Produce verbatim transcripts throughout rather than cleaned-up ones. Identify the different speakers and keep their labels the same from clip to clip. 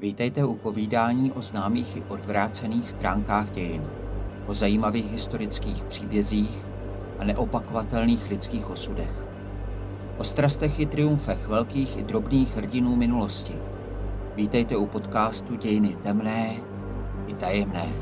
Speaker 1: Vítejte u povídání o známých i odvrácených stránkách dějin, o zajímavých historických příbězích a neopakovatelných lidských osudech. O strastech i triumfech velkých i drobných hrdinů minulosti. Vítejte u podcastu Dějiny temné i tajemné.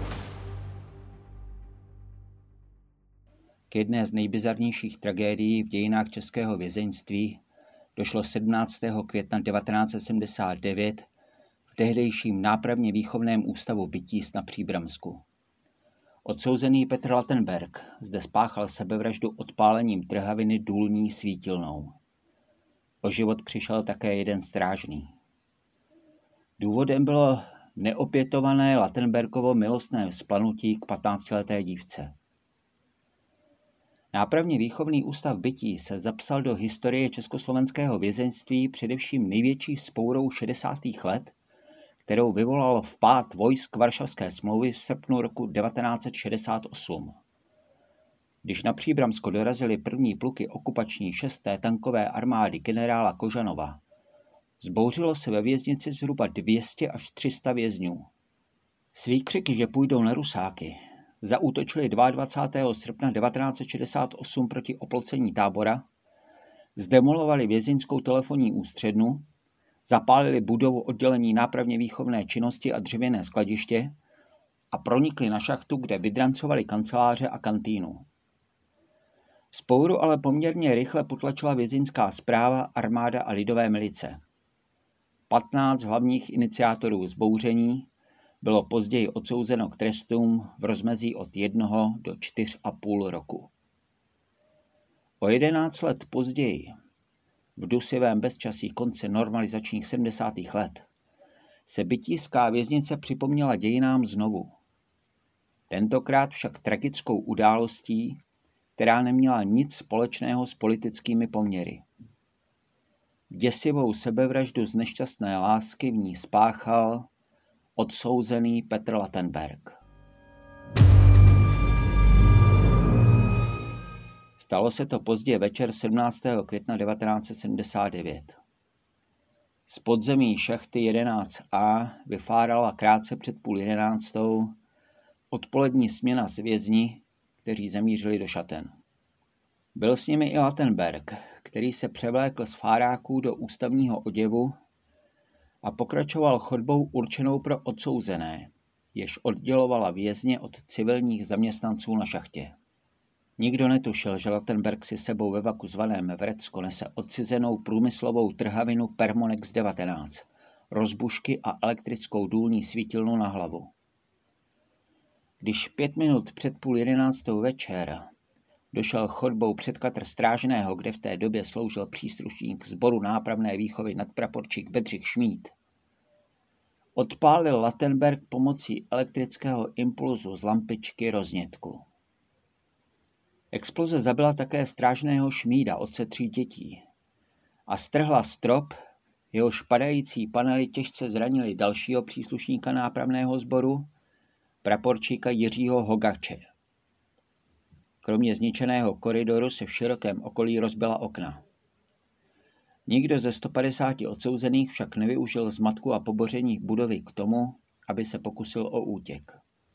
Speaker 1: K jedné z nejbizarnějších tragédií v dějinách českého vězeňství došlo sedmnáctého května devatenáct set sedmdesát devět v tehdejším nápravně výchovném ústavu Bytíz na Příbramsku. Odsouzený Petr Lattenberg zde spáchal sebevraždu odpálením trhaviny důlní svítilnou. O život přišel také jeden strážný. Důvodem bylo neopětované Lattenbergovo milostné vzplanutí k patnáctileté dívce. Nápravně výchovný ústav Bytíz se zapsal do historie československého vězeňství především největší vzpourou šedesátých let, kterou vyvolal vpád vojsk Varšavské smlouvy v srpnu roku devatenáct set šedesát osm. Když na Příbramsko dorazily první pluky okupační šesté tankové armády generála Kožanova, vzbouřilo se ve věznici zhruba dvě stě až tři sta vězňů. S výkřiky, že půjdou na Rusáky, zaútočili dvacátého druhého srpna devatenáct set šedesát osm proti oplocení tábora, zdemolovali vězeňskou telefonní ústřednu, zapálili budovu oddělení nápravně výchovné činnosti a dřevěné skladiště a pronikli na šachtu, kde vydrancovali kanceláře a kantýnu. Vzpouru ale poměrně rychle potlačila vězeňská správa, armáda a lidové milice. patnáct hlavních iniciátorů vzbouření bylo později odsouzeno k trestům v rozmezí od jednoho do čtyř a půl roku. O jedenáct let později, v dusivém bezčasí konce normalizačních sedmdesátých let, se bytížská věznice připomněla dějinám znovu. Tentokrát však tragickou událostí, která neměla nic společného s politickými poměry. Děsivou sebevraždu z nešťastné lásky v ní spáchal odsouzený Petr Lattenberg. Stalo se to pozdě večer sedmnáctého května devatenáct set sedmdesát devět. Z podzemí šachty jedenáct A vyfárala krátce před půl jedenáctou odpolední směna z vězni, kteří zamířili do šaten. Byl s nimi i Lattenberg, který se převlékl z fáráků do ústavního oděvu a pokračoval chodbou určenou pro odsouzené, jež oddělovala vězně od civilních zaměstnanců na šachtě. Nikdo netušil, že Lattenberg si sebou ve vaku zvaném Vrecko nese odcizenou průmyslovou trhavinu Permonex devatenáct, rozbušky a elektrickou důlní svítilnu na hlavu. Když pět minut před půl jedenáctou večer došel chodbou před katr strážného, kde v té době sloužil příslušník sboru nápravné výchovy nadpraporčík Bedřich Šmíd, odpálil Lattenberg pomocí elektrického impulzu z lampičky roznětku. Exploze zabila také strážného Šmída, otce tří dětí, a strhla strop, jehož padající panely těžce zranili dalšího příslušníka nápravného sboru, praporčíka Jiřího Hogače. Kromě zničeného koridoru se v širokém okolí rozbila okna. Nikdo ze sto padesáti odsouzených však nevyužil zmatku a poboření budovy k tomu, aby se pokusil o útěk.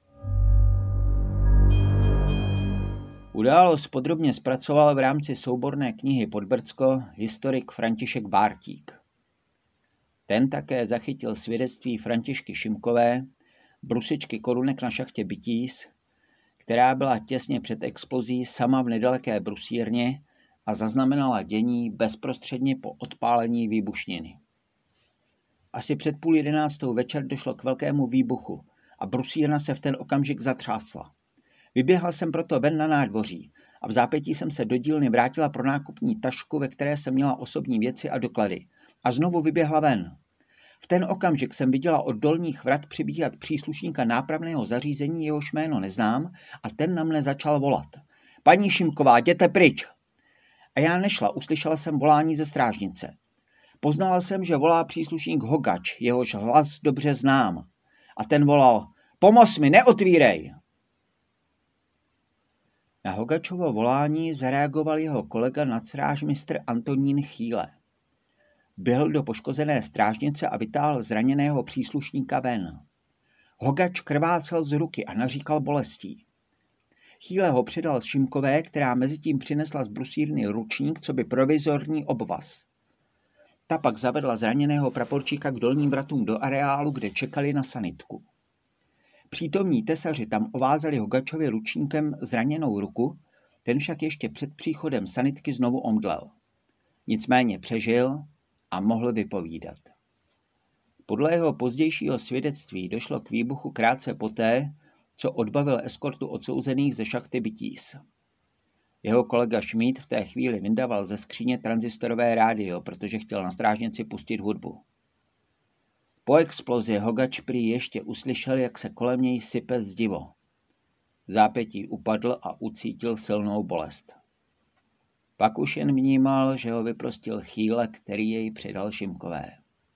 Speaker 1: Událost podrobně zpracoval v rámci souborné knihy Podbrdsko historik František Bártík. Ten také zachytil svědectví Františky Šimkové, brusičky Korunek na šachtě Bytíz, která byla těsně před explozí sama v nedaleké brusírně a zaznamenala dění bezprostředně po odpálení výbušniny. Asi před půl jedenáctou večer došlo k velkému výbuchu a brusírna se v ten okamžik zatřásla. Vyběhla jsem proto ven na nádvoří a v zápětí jsem se do dílny vrátila pro nákupní tašku, ve které jsem měla osobní věci a doklady, a znovu vyběhla ven. V ten okamžik jsem viděla od dolních vrat přibíhat příslušníka nápravného zařízení, jehož jméno neznám, a ten na mne začal volat. Paní Šimková, jděte pryč! A já nešla, uslyšela jsem volání ze strážnice. Poznala jsem, že volá příslušník Hogač, jehož hlas dobře znám. A ten volal, pomoz mi, neotvírej! Na Hogačovo volání zareagoval jeho kolega nadstrážmistr Antonín Chýle. běhl do poškozené strážnice a vytáhl zraněného příslušníka ven. Hogač krvácel z ruky a naříkal bolestí. Chýle ho předal Šimkové, která mezitím přinesla z brusírny ručník coby provizorní obvaz. Ta pak zavedla zraněného praporčíka k dolním vratům do areálu, kde čekali na sanitku. Přítomní tesaři tam ovázali Hogačovi ručníkem zraněnou ruku, ten však ještě před příchodem sanitky znovu omdlel. Nicméně přežil a mohl vypovídat. Podle jeho pozdějšího svědectví došlo k výbuchu krátce poté, co odbavil eskortu odsouzených ze šachty Bytíz. Jeho kolega Šmíd v té chvíli vyndával ze skříně tranzistorové rádio, protože chtěl na strážnici pustit hudbu. Po explozi Hogač prý ještě uslyšel, jak se kolem něj sype zdivo. V zápětí upadl a ucítil silnou bolest. Pak už jen vnímal, že ho vyprostil Chýle, který jej předal Šimkové.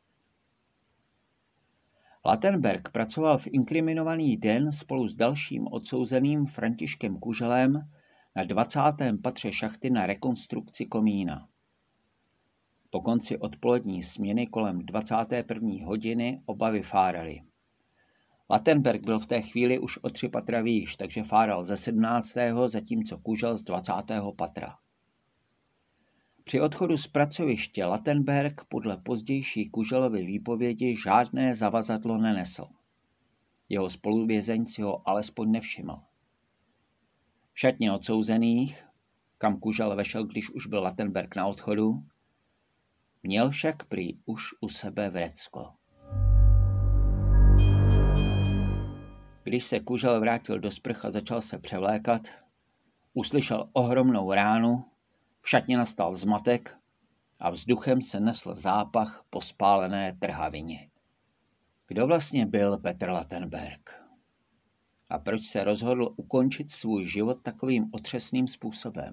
Speaker 1: Lattenberg pracoval v inkriminovaný den spolu s dalším odsouzeným Františkem Kuželem na dvacátém patře šachty na rekonstrukci komína. Po konci odpolední směny kolem dvacáté první hodiny oba vyfárali. Lattenberg byl v té chvíli už o tři patra výš, takže fáral ze sedmnáctého, zatímco Kužel z dvacátého patra. Při odchodu z pracoviště Lattenberg podle pozdější Kuželovy výpovědi žádné zavazadlo nenesl. Jeho spoluvězeň si ho alespoň nevšiml. V šatně odsouzených, kam Kužel vešel, když už byl Lattenberg na odchodu, měl však prý už u sebe vrecko. Když se Kužel vrátil do sprch a začal se převlékat, uslyšel ohromnou ránu, v šatně nastal zmatek a vzduchem se nesl zápach po spálené trhavině. Kdo vlastně byl Petr Lattenberg? A proč se rozhodl ukončit svůj život takovým otřesným způsobem?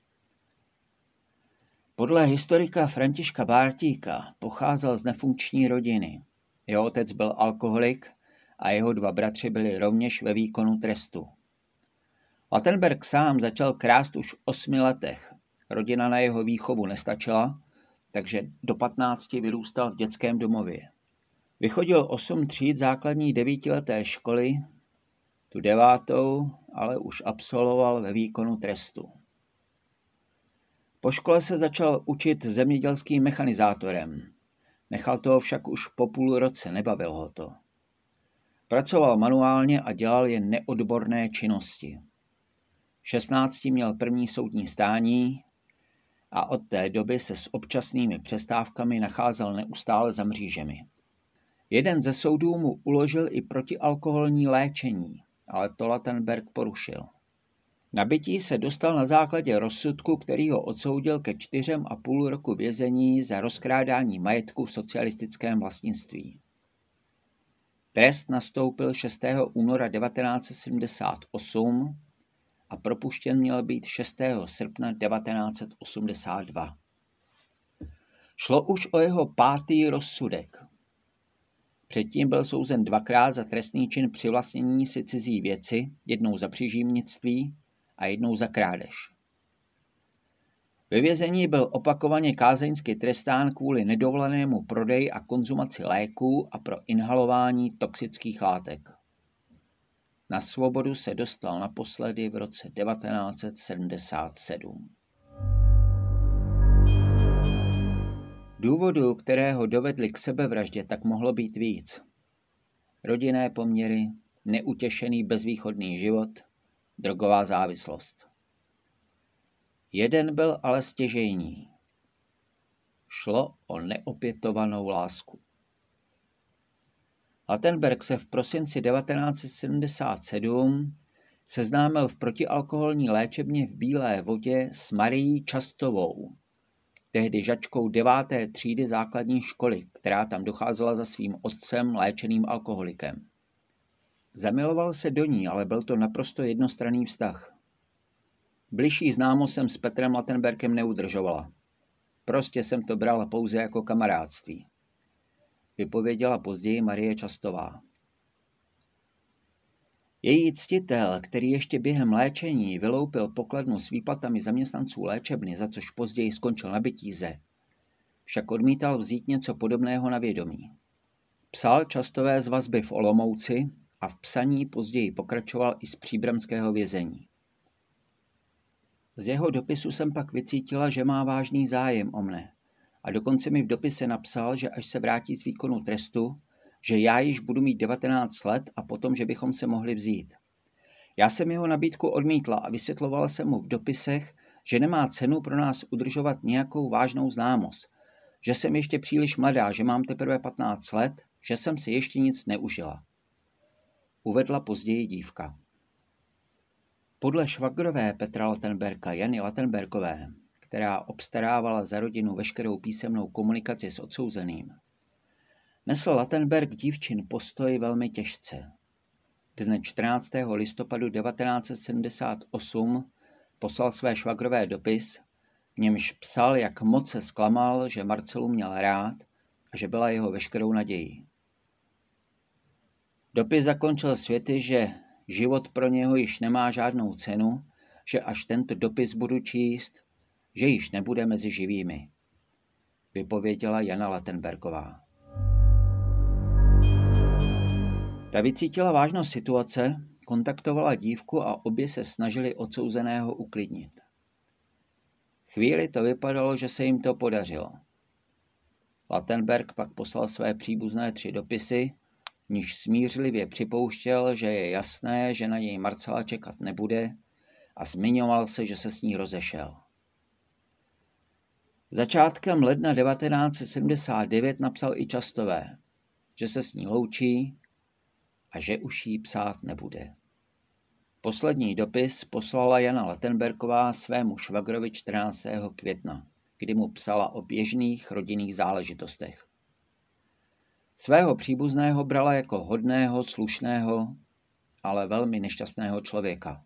Speaker 1: Podle historika Františka Bártíka pocházel z nefunkční rodiny. Jeho otec byl alkoholik a jeho dva bratři byli rovněž ve výkonu trestu. Lattenberg sám začal krást už v osmi letech. Rodina na jeho výchovu nestačila, takže do patnácti vyrůstal v dětském domově. Vychodil osm tříd základní devítileté školy, tu devátou ale už absolvoval ve výkonu trestu. Po škole se začal učit zemědělským mechanizátorem. Nechal toho však už po půl roce, nebavil ho to. Pracoval manuálně a dělal jen neodborné činnosti. V šestnácti měl první soudní stání a od té doby se s občasnými přestávkami nacházel neustále za mřížemi. Jeden ze soudů mu uložil i protialkoholní léčení, ale to Lattenberg porušil. Na bytí se dostal na základě rozsudku, který ho odsoudil ke čtyřem a půl roku vězení za rozkrádání majetku v socialistickém vlastnictví. Trest nastoupil šestého února devatenáct set sedmdesát osm a propuštěn měl být šestého srpna devatenáct set osmdesát dva. Šlo už o jeho pátý rozsudek. Předtím byl souzen dvakrát za trestný čin přivlastnění si cizí věci, jednou za přižímnictví a jednou za krádež. Ve vězení byl opakovaně kázeňsky trestán kvůli nedovolenému prodeji a konzumaci léků a pro inhalování toxických látek. Na svobodu se dostal naposledy v roce devatenáct set sedmdesát sedm. Důvodů, které ho dovedly k sebevraždě, tak mohlo být víc. Rodinné poměry, neutěšený bezvýchodný život, drogová závislost. Jeden byl ale stěžejní. Šlo o neopětovanou lásku. Lattenberg se v prosinci devatenáct set sedmdesát sedm seznámil v protialkoholní léčebně v Bílé Vodě s Marií Častovou, tehdy žačkou deváté třídy základní školy, která tam docházela za svým otcem léčeným alkoholikem. Zamiloval se do ní, ale byl to naprosto jednostranný vztah. Bližší známost jsem s Petrem Lattenbergem neudržovala. Prostě jsem to brala pouze jako kamarádství, vypověděla později Marie Častová. Její ctitel, který ještě během léčení vyloupil pokladnu s výplatami zaměstnanců léčebny, za což později skončil na Bytíze, však odmítal vzít něco podobného na vědomí. Psal častové z vazby v Olomouci a v psaní později pokračoval i z příbramského vězení. Z jeho dopisu jsem pak vycítila, že má vážný zájem o mne a dokonce mi v dopise napsal, že až se vrátí z výkonu trestu, že já již budu mít devatenáct let a potom, že bychom se mohli vzít. Já jsem jeho nabídku odmítla a vysvětlovala jsem mu v dopisech, že nemá cenu pro nás udržovat nějakou vážnou známost, že jsem ještě příliš mladá, že mám teprve patnáct let, že jsem si ještě nic neužila. Uvedla později dívka. Podle švagrové Petra Latenberka Jany Latenberkové, která obstarávala za rodinu veškerou písemnou komunikaci s odsouzeným, nesl Latenberk dívčin postoj velmi těžce. Dne čtrnáctého listopadu devatenáct set sedmdesát osm poslal své švagrové dopis, v němž psal, jak moc se zklamal, že Marcelu měl rád a že byla jeho veškerou nadějí. Dopis zakončil světy, že život pro něho již nemá žádnou cenu, že až tento dopis budu číst, že již nebude mezi živými, vypověděla Jana Latenberková. Ta vycítila vážnost situace, kontaktovala dívku a obě se snažili odsouzeného uklidnit. Chvíli to vypadalo, že se jim to podařilo. Latenberk pak poslal své příbuzné tři dopisy, v nichž smířlivě připouštěl, že je jasné, že na něj Marcela čekat nebude a zmiňoval se, že se s ní rozešel. Začátkem ledna devatenáct set sedmdesát devět napsal i Častové, že se s ní loučí a že už jí psát nebude. Poslední dopis poslala Jana Latenberková svému švagrovi čtrnáctého května, kdy mu psala o běžných rodinných záležitostech. Svého příbuzného brala jako hodného, slušného, ale velmi nešťastného člověka.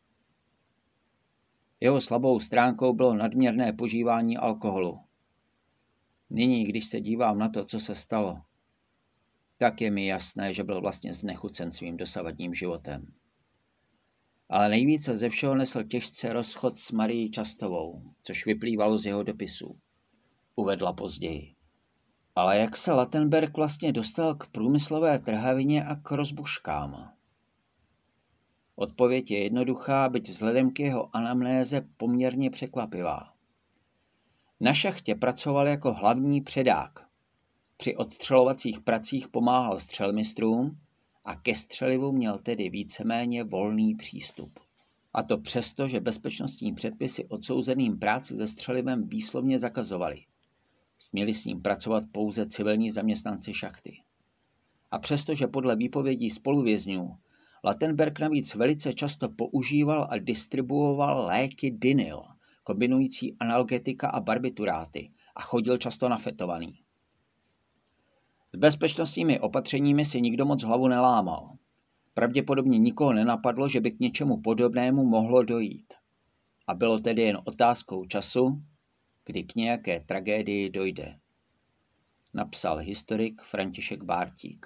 Speaker 1: Jeho slabou stránkou bylo nadměrné požívání alkoholu. Nyní, když se dívám na to, co se stalo, tak je mi jasné, že byl vlastně znechucen svým dosavadním životem. Ale nejvíce ze všeho nesl těžce rozchod s Marií Častovou, což vyplývalo z jeho dopisů. Uvedla později. Ale jak se Latenberk vlastně dostal k průmyslové trhavině a k rozbuškám? Odpověď je jednoduchá, byť vzhledem k jeho anamnéze poměrně překvapivá. Na šachtě pracoval jako hlavní předák. Při odstřelovacích pracích pomáhal střelmistrům a ke střelivu měl tedy víceméně volný přístup. A to přesto, že bezpečnostní předpisy odsouzeným práci se střelivem výslovně zakazovaly. Směli s ním pracovat pouze civilní zaměstnanci šachty. A přesto, že podle výpovědí spoluvězňů Latenberk navíc velice často používal a distribuoval léky Dinyl, kombinující analgetika a barbituráty, a chodil často nafetovaný. S bezpečnostními opatřeními si nikdo moc hlavu nelámal. Pravděpodobně nikoho nenapadlo, že by k něčemu podobnému mohlo dojít. A bylo tedy jen otázkou času, kdy k nějaké tragédii dojde. Napsal historik František Bártík.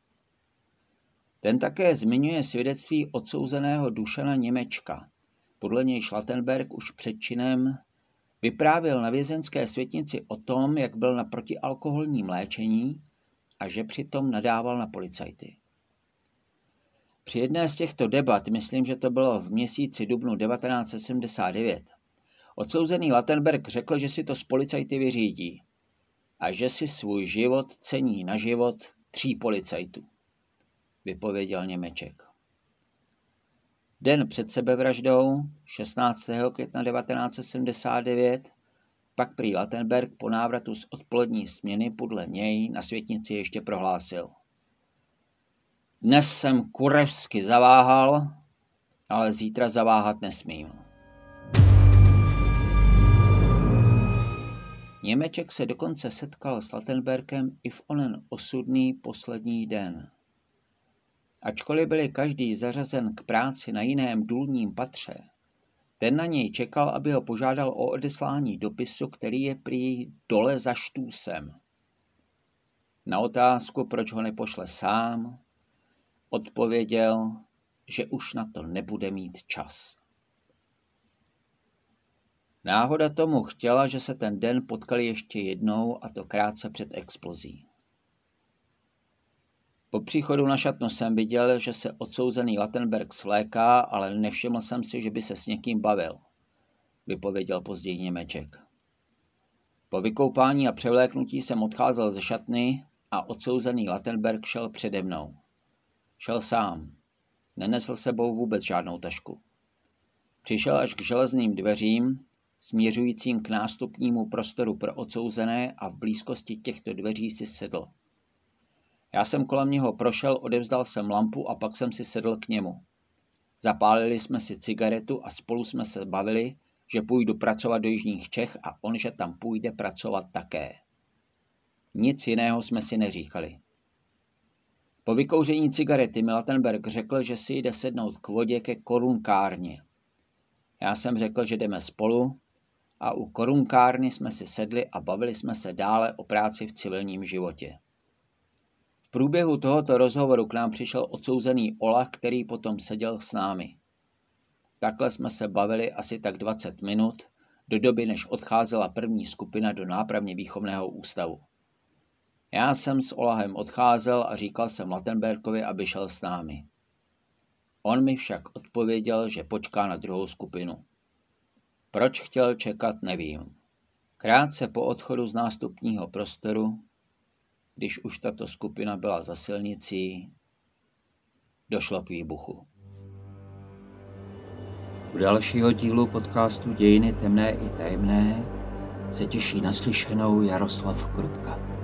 Speaker 1: Ten také zmiňuje svědectví odsouzeného Dušana Němečka. Podle něj Latenberk už před činem vyprávěl na vězenské světnici o tom, jak byl na protialkoholním léčení a že přitom nadával na policajty. Při jedné z těchto debat, myslím, že to bylo v měsíci dubnu devatenáct set sedmdesát devět, odsouzený Latenberk řekl, že si to s policajty vyřídí a že si svůj život cení na život tří policajtů, vypověděl Němeček. Den před sebevraždou, šestnáctého května devatenáct set sedmdesát devět, pak prý Latenberk po návratu z odpolední směny podle něj na světnici ještě prohlásil. Dnes jsem kurevsky zaváhal, ale zítra zaváhat nesmím. Němeček se dokonce setkal s Latenberkem i v onen osudný poslední den. Ačkoliv byli každý zařazen k práci na jiném důlním patře, ten na něj čekal, aby ho požádal o odeslání dopisu, který je prý dole za štůsem. Na otázku, proč ho nepošle sám, odpověděl, že už na to nebude mít čas. Náhoda tomu chtěla, že se ten den potkali ještě jednou, a to krátce před explozí. Po příchodu na šatnu jsem viděl, že se odsouzený Lattenberg svléká, ale nevšiml jsem si, že by se s někým bavil, vypověděl později Němeček. Po vykoupání a převléknutí jsem odcházel ze šatny a odsouzený Lattenberg šel přede mnou. Šel sám. Nenesl sebou vůbec žádnou tašku. Přišel až k železným dveřím, směřujícím k nástupnímu prostoru pro odsouzené, a v blízkosti těchto dveří si sedl. Já jsem kolem něho prošel, odevzdal jsem lampu a pak jsem si sedl k němu. Zapálili jsme si cigaretu a spolu jsme se bavili, že půjdu pracovat do jižních Čech a on, že tam půjde pracovat také. Nic jiného jsme si neříkali. Po vykouření cigarety mi Lattenberg řekl, že si jde sednout k vodě ke korunkárně. Já jsem řekl, že jdeme spolu, a u korunkárny jsme si sedli a bavili jsme se dále o práci v civilním životě. V průběhu tohoto rozhovoru k nám přišel odsouzený Olach, který potom seděl s námi. Takhle jsme se bavili asi tak dvacet minut, do doby, než odcházela první skupina do nápravně výchovného ústavu. Já jsem s Olahem odcházel a říkal jsem Lattenbergovi, aby šel s námi. On mi však odpověděl, že počká na druhou skupinu. Proč chtěl čekat, nevím. Krátce po odchodu z nástupního prostoru, když už tato skupina byla za silnicí, došlo k výbuchu. U dalšího dílu podcastu Dějiny temné i tajemné se těší naslyšenou Jaroslav Krutka.